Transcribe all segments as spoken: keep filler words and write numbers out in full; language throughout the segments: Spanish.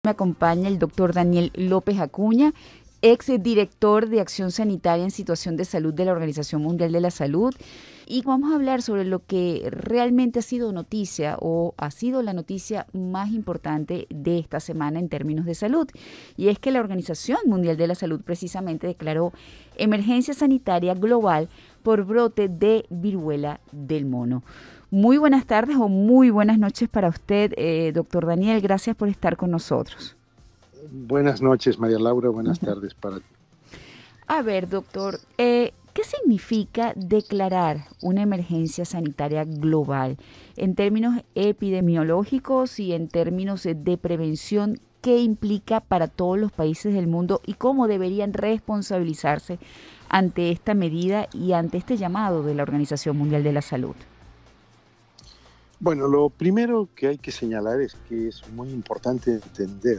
Me acompaña el doctor Daniel López Acuña, ex director de Acción Sanitaria en Situación de Salud de la Organización Mundial de la Salud. Y vamos a hablar sobre lo que realmente ha sido noticia o ha sido la noticia más importante de esta semana en términos de salud. Y es que la Organización Mundial de la Salud precisamente declaró emergencia sanitaria global por brote de viruela del mono. Muy buenas tardes o muy buenas noches para usted, eh, doctor Daniel. Gracias por estar con nosotros. Buenas noches, María Laura. Buenas tardes para ti. A ver, doctor, eh, ¿qué significa declarar una emergencia sanitaria global en términos epidemiológicos y en términos de prevención? ¿Qué implica para todos los países del mundo y cómo deberían responsabilizarse ante esta medida y ante este llamado de la Organización Mundial de la Salud? Bueno, lo primero que hay que señalar es que es muy importante entender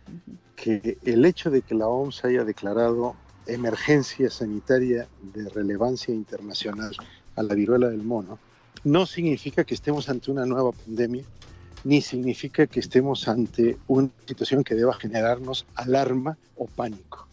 que el hecho de que la O M S haya declarado emergencia sanitaria de relevancia internacional a la viruela del mono no significa que estemos ante una nueva pandemia, ni significa que estemos ante una situación que deba generarnos alarma o pánico.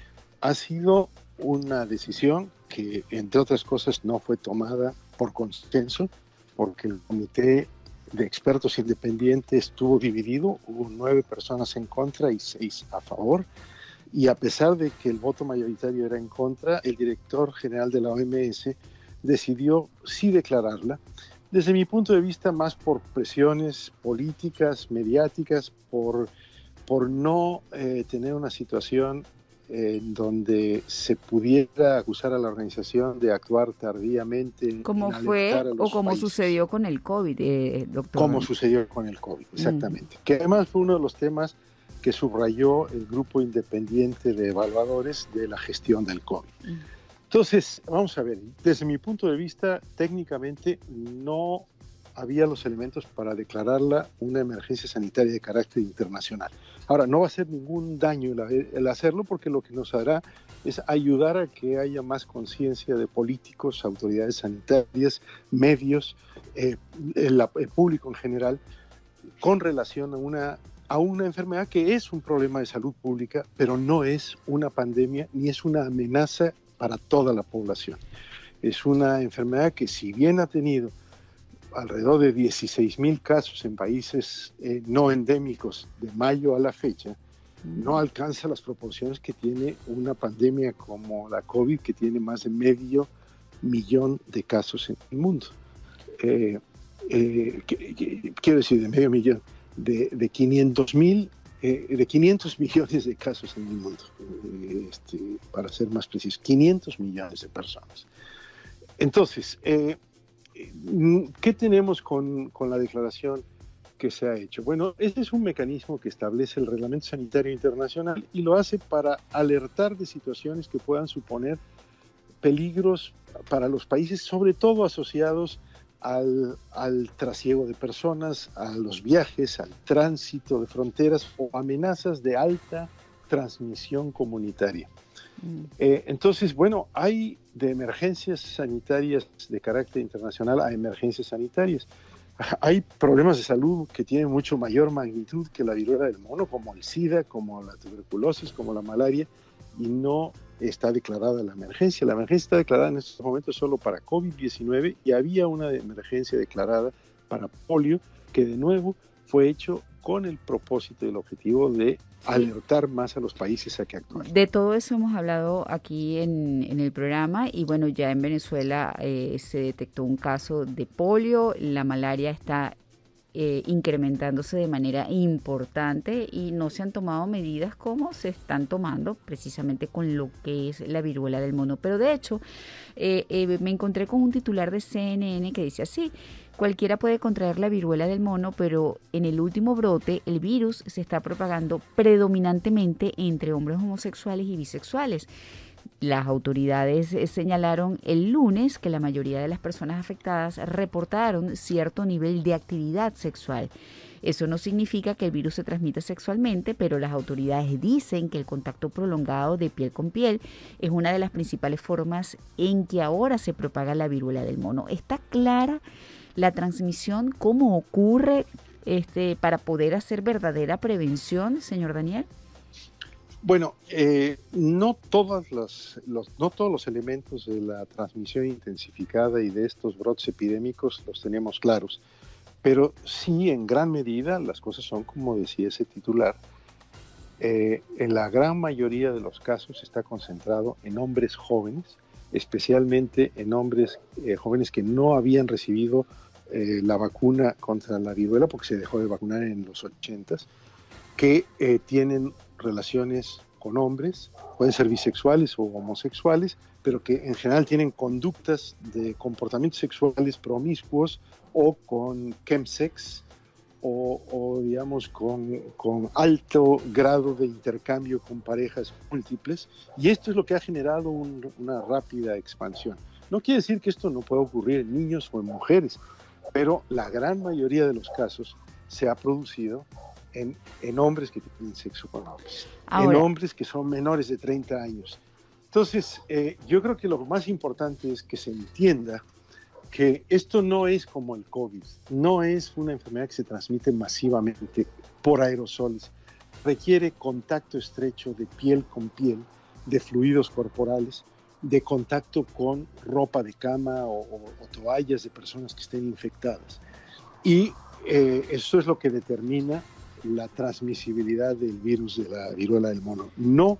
Ha sido una decisión que, entre otras cosas, no fue tomada por consenso, porque el comité de expertos independientes estuvo dividido, hubo nueve personas en contra y seis a favor, y a pesar de que el voto mayoritario era en contra, el director general de la O M S decidió sí declararla, desde mi punto de vista más por presiones políticas, mediáticas, por, por no eh, tener una situación en donde se pudiera acusar a la organización de actuar tardíamente. ¿Cómo fue o como países. Sucedió con el COVID, eh, doctor? Como sucedió con el COVID, exactamente. Mm. Que además fue uno de los temas que subrayó el grupo independiente de evaluadores de la gestión del COVID. Mm. Entonces, vamos a ver, desde mi punto de vista, técnicamente no había los elementos para declararla una emergencia sanitaria de carácter internacional. Ahora, no va a hacer ningún daño el, el hacerlo, porque lo que nos hará es ayudar a que haya más conciencia de políticos, autoridades sanitarias, medios, eh, el, el público en general, con relación a una, a una enfermedad que es un problema de salud pública, pero no es una pandemia ni es una amenaza para toda la población. Es una enfermedad que, si bien ha tenido alrededor de dieciséis mil casos en países eh, no endémicos de mayo a la fecha, no alcanza las proporciones que tiene una pandemia como la COVID, que tiene más de medio millón de casos en el mundo. Eh, eh, que, que, quiero decir, de medio millón, de, de quinientos mil, eh, de quinientos millones de casos en el mundo, eh, este, para ser más preciso, quinientos millones de personas. Entonces, eh, ¿qué tenemos con, con la declaración que se ha hecho? Bueno, este es un mecanismo que establece el Reglamento Sanitario Internacional y lo hace para alertar de situaciones que puedan suponer peligros para los países, sobre todo asociados al, al trasiego de personas, a los viajes, al tránsito de fronteras o amenazas de alta transmisión comunitaria. Eh, entonces, bueno, hay de emergencias sanitarias de carácter internacional a emergencias sanitarias. Hay problemas de salud que tienen mucho mayor magnitud que la viruela del mono, como el SIDA, como la tuberculosis, como la malaria, y no está declarada la emergencia. La emergencia está declarada en estos momentos solo para COVID diecinueve y había una emergencia declarada para polio, que de nuevo fue hecho con el propósito y el objetivo de alertar más a los países a que actúen. De todo eso hemos hablado aquí en, en el programa y bueno, ya en Venezuela eh, se detectó un caso de polio, la malaria está eh, incrementándose de manera importante y no se han tomado medidas como se están tomando precisamente con lo que es la viruela del mono. Pero de hecho, eh, eh, me encontré con un titular de C N N que dice así: cualquiera puede contraer la viruela del mono, pero en el último brote el virus se está propagando predominantemente entre hombres homosexuales y bisexuales. Las autoridades señalaron el lunes que la mayoría de las personas afectadas reportaron cierto nivel de actividad sexual. Eso no significa que el virus se transmita sexualmente, pero las autoridades dicen que el contacto prolongado de piel con piel es una de las principales formas en que ahora se propaga la viruela del mono. ¿Está clara la transmisión? ¿Cómo ocurre? este, para poder hacer verdadera prevención, señor Daniel? Bueno, eh, no, todas las, los, no todos los elementos de la transmisión intensificada y de estos brotes epidémicos los tenemos claros, pero sí en gran medida las cosas son como decía ese titular. Eh, en la gran mayoría de los casos está concentrado en hombres jóvenes, especialmente en hombres eh, jóvenes que no habían recibido eh, la vacuna contra la viruela, porque se dejó de vacunar en los ochentas, que eh, tienen relaciones con hombres, pueden ser bisexuales o homosexuales, pero que en general tienen conductas de comportamientos sexuales promiscuos o con chemsex o, o digamos con, con alto grado de intercambio con parejas múltiples, y esto es lo que ha generado un, una rápida expansión. No quiere decir que esto no pueda ocurrir en niños o en mujeres, pero la gran mayoría de los casos se ha producido En, en hombres que tienen sexo con hombres, Ahora. en hombres que son menores de treinta años. Entonces, eh, yo creo que lo más importante es que se entienda que esto no es como el COVID, no es una enfermedad que se transmite masivamente por aerosoles, requiere contacto estrecho de piel con piel, de fluidos corporales, de contacto con ropa de cama o, o, o toallas de personas que estén infectadas. Y eh, eso es lo que determina la transmisibilidad del virus de la viruela del mono, no,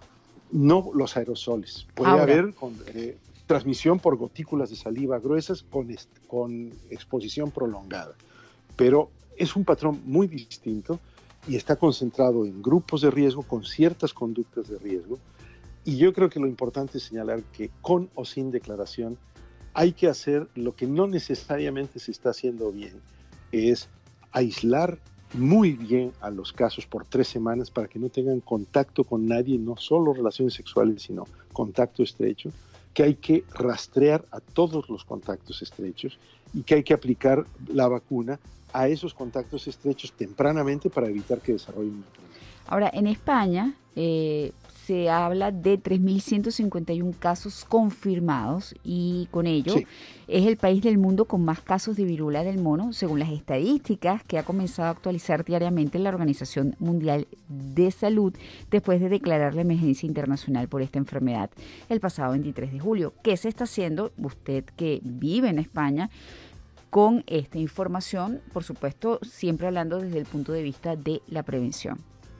no los aerosoles. Puede Ahora. haber con, eh, transmisión por gotículas de saliva gruesas con, con exposición prolongada, pero es un patrón muy distinto y está concentrado en grupos de riesgo con ciertas conductas de riesgo, y yo creo que lo importante es señalar que con o sin declaración hay que hacer lo que no necesariamente se está haciendo bien, que es aislar muy bien a los casos por tres semanas para que no tengan contacto con nadie, no solo relaciones sexuales, sino contacto estrecho, que hay que rastrear a todos los contactos estrechos y que hay que aplicar la vacuna a esos contactos estrechos tempranamente para evitar que desarrollen una enfermedad. Ahora, en España eh, se habla de tres mil ciento cincuenta y uno casos confirmados, y con ello sí. es el país del mundo con más casos de viruela del mono, según las estadísticas que ha comenzado a actualizar diariamente la Organización Mundial de Salud después de declarar la emergencia internacional por esta enfermedad el pasado veintitrés de julio. ¿Qué se está haciendo, usted que vive en España, con esta información? Por supuesto, siempre hablando desde el punto de vista de la prevención.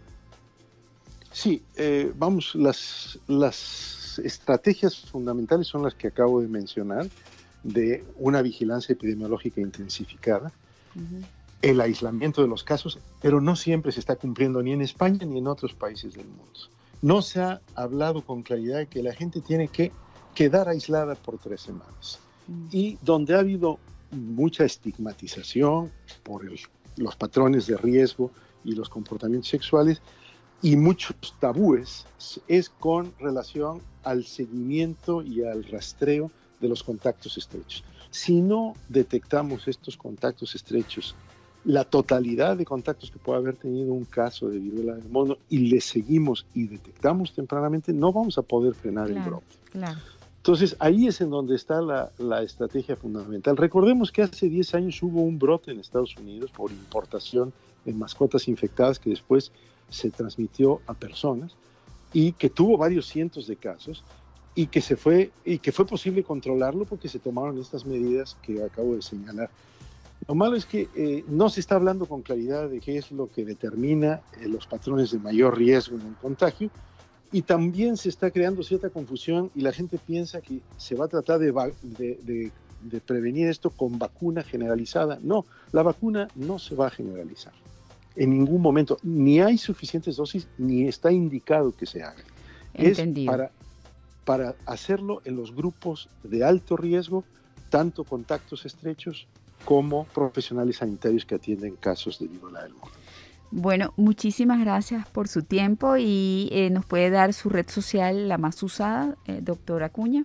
Sí, eh, vamos, las, las estrategias fundamentales son las que acabo de mencionar, de una vigilancia epidemiológica intensificada, uh-huh. el aislamiento de los casos, pero no siempre se está cumpliendo ni en España ni en otros países del mundo. No se ha hablado con claridad de que la gente tiene que quedar aislada por tres semanas. Uh-huh. Y donde ha habido mucha estigmatización por el, los patrones de riesgo y los comportamientos sexuales, y muchos tabúes, es con relación al seguimiento y al rastreo de los contactos estrechos. Si no detectamos estos contactos estrechos, la totalidad de contactos que puede haber tenido un caso de viruela del mono, y le seguimos y detectamos tempranamente, no vamos a poder frenar claro, el brote. Claro. Entonces, ahí es en donde está la, la estrategia fundamental. Recordemos que hace diez años hubo un brote en Estados Unidos por importación de mascotas infectadas que después se transmitió a personas y que tuvo varios cientos de casos y que se fue y que fue posible controlarlo porque se tomaron estas medidas que acabo de señalar. Lo malo es que eh, no se está hablando con claridad de qué es lo que determina eh, los patrones de mayor riesgo en el contagio, y también se está creando cierta confusión y la gente piensa que se va a tratar de, de, de, de prevenir esto con vacuna generalizada. No, la vacuna no se va a generalizar. En ningún momento, ni hay suficientes dosis, ni está indicado que se haga. Entendido. Es para, para hacerlo en los grupos de alto riesgo, tanto contactos estrechos como profesionales sanitarios que atienden casos de viruela del mono. Bueno, muchísimas gracias por su tiempo, y eh, ¿nos puede dar su red social, la más usada, eh, doctor Acuña?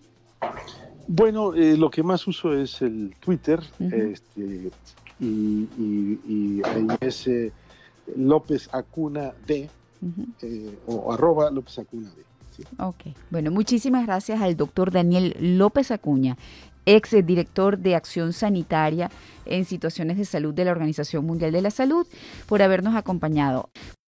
Bueno, eh, lo que más uso es el Twitter, uh-huh. este, y, y, y ahí es... Eh, López Acuna D, uh-huh. eh, o arroba López Acuna D. ¿Sí? Ok, bueno, muchísimas gracias al doctor Daniel López Acuña, ex director de Acción Sanitaria en Situaciones de Salud de la Organización Mundial de la Salud, por habernos acompañado.